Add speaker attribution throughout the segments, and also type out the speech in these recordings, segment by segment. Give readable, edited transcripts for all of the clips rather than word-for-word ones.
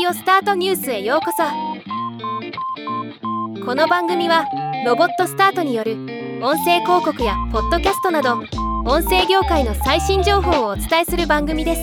Speaker 1: オスタートニュースへようこそ。この番組はロボットスタートによる音声広告やポッドキャストなど音声業界の最新情報をお伝えする番組です。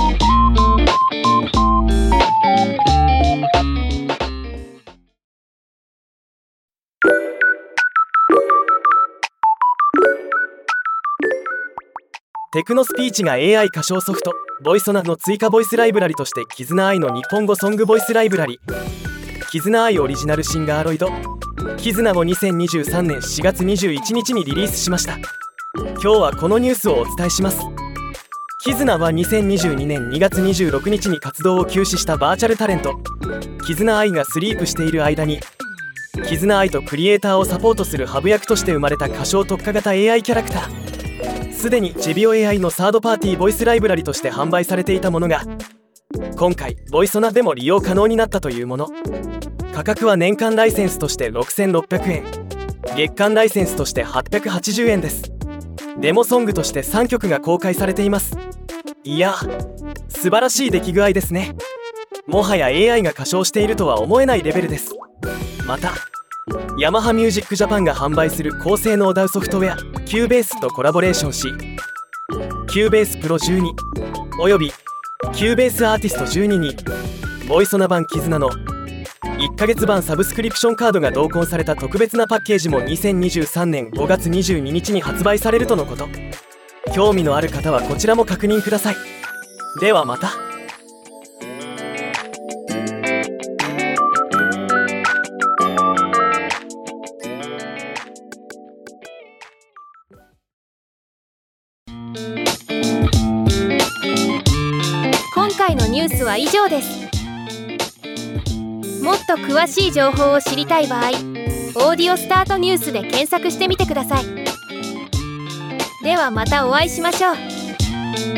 Speaker 2: テクノスピーチが AI 歌唱ソフトボイソナの追加ボイスライブラリとしてキズナアイの日本語ソングボイスライブラリキズナアイオリジナルシンガーロイドキズナを2023年4月21日にリリースしました。今日はこのニュースをお伝えします。キズナは2022年2月26日に活動を休止したバーチャルタレントキズナアイがスリープしている間にキズナアイとクリエイターをサポートするハブ役として生まれた歌唱特化型 AI キャラクター。すでにジェビオ AI のサードパーティーボイスライブラリとして販売されていたものが今回ボイソナでも利用可能になったというもの。価格は年間ライセンスとして6600円、月間ライセンスとして880円です。デモソングとして3曲が公開されています。いや素晴らしい出来具合ですね。もはや AI が歌唱しているとは思えないレベルです。またヤマハミュージックジャパンが販売する高性能 DAW ソフトウェア Cubase とコラボレーションし Cubase Pro 12および Cubase アーティスト12にボイソナ版キズナの1ヶ月版サブスクリプションカードが同梱された特別なパッケージも2023年5月22日に発売されるとのこと。興味のある方はこちらも確認ください。ではまた。
Speaker 1: 今回のニュースは以上です。もっと詳しい情報を知りたい場合、オーディオスタートニュースで検索してみてください。ではまたお会いしましょう。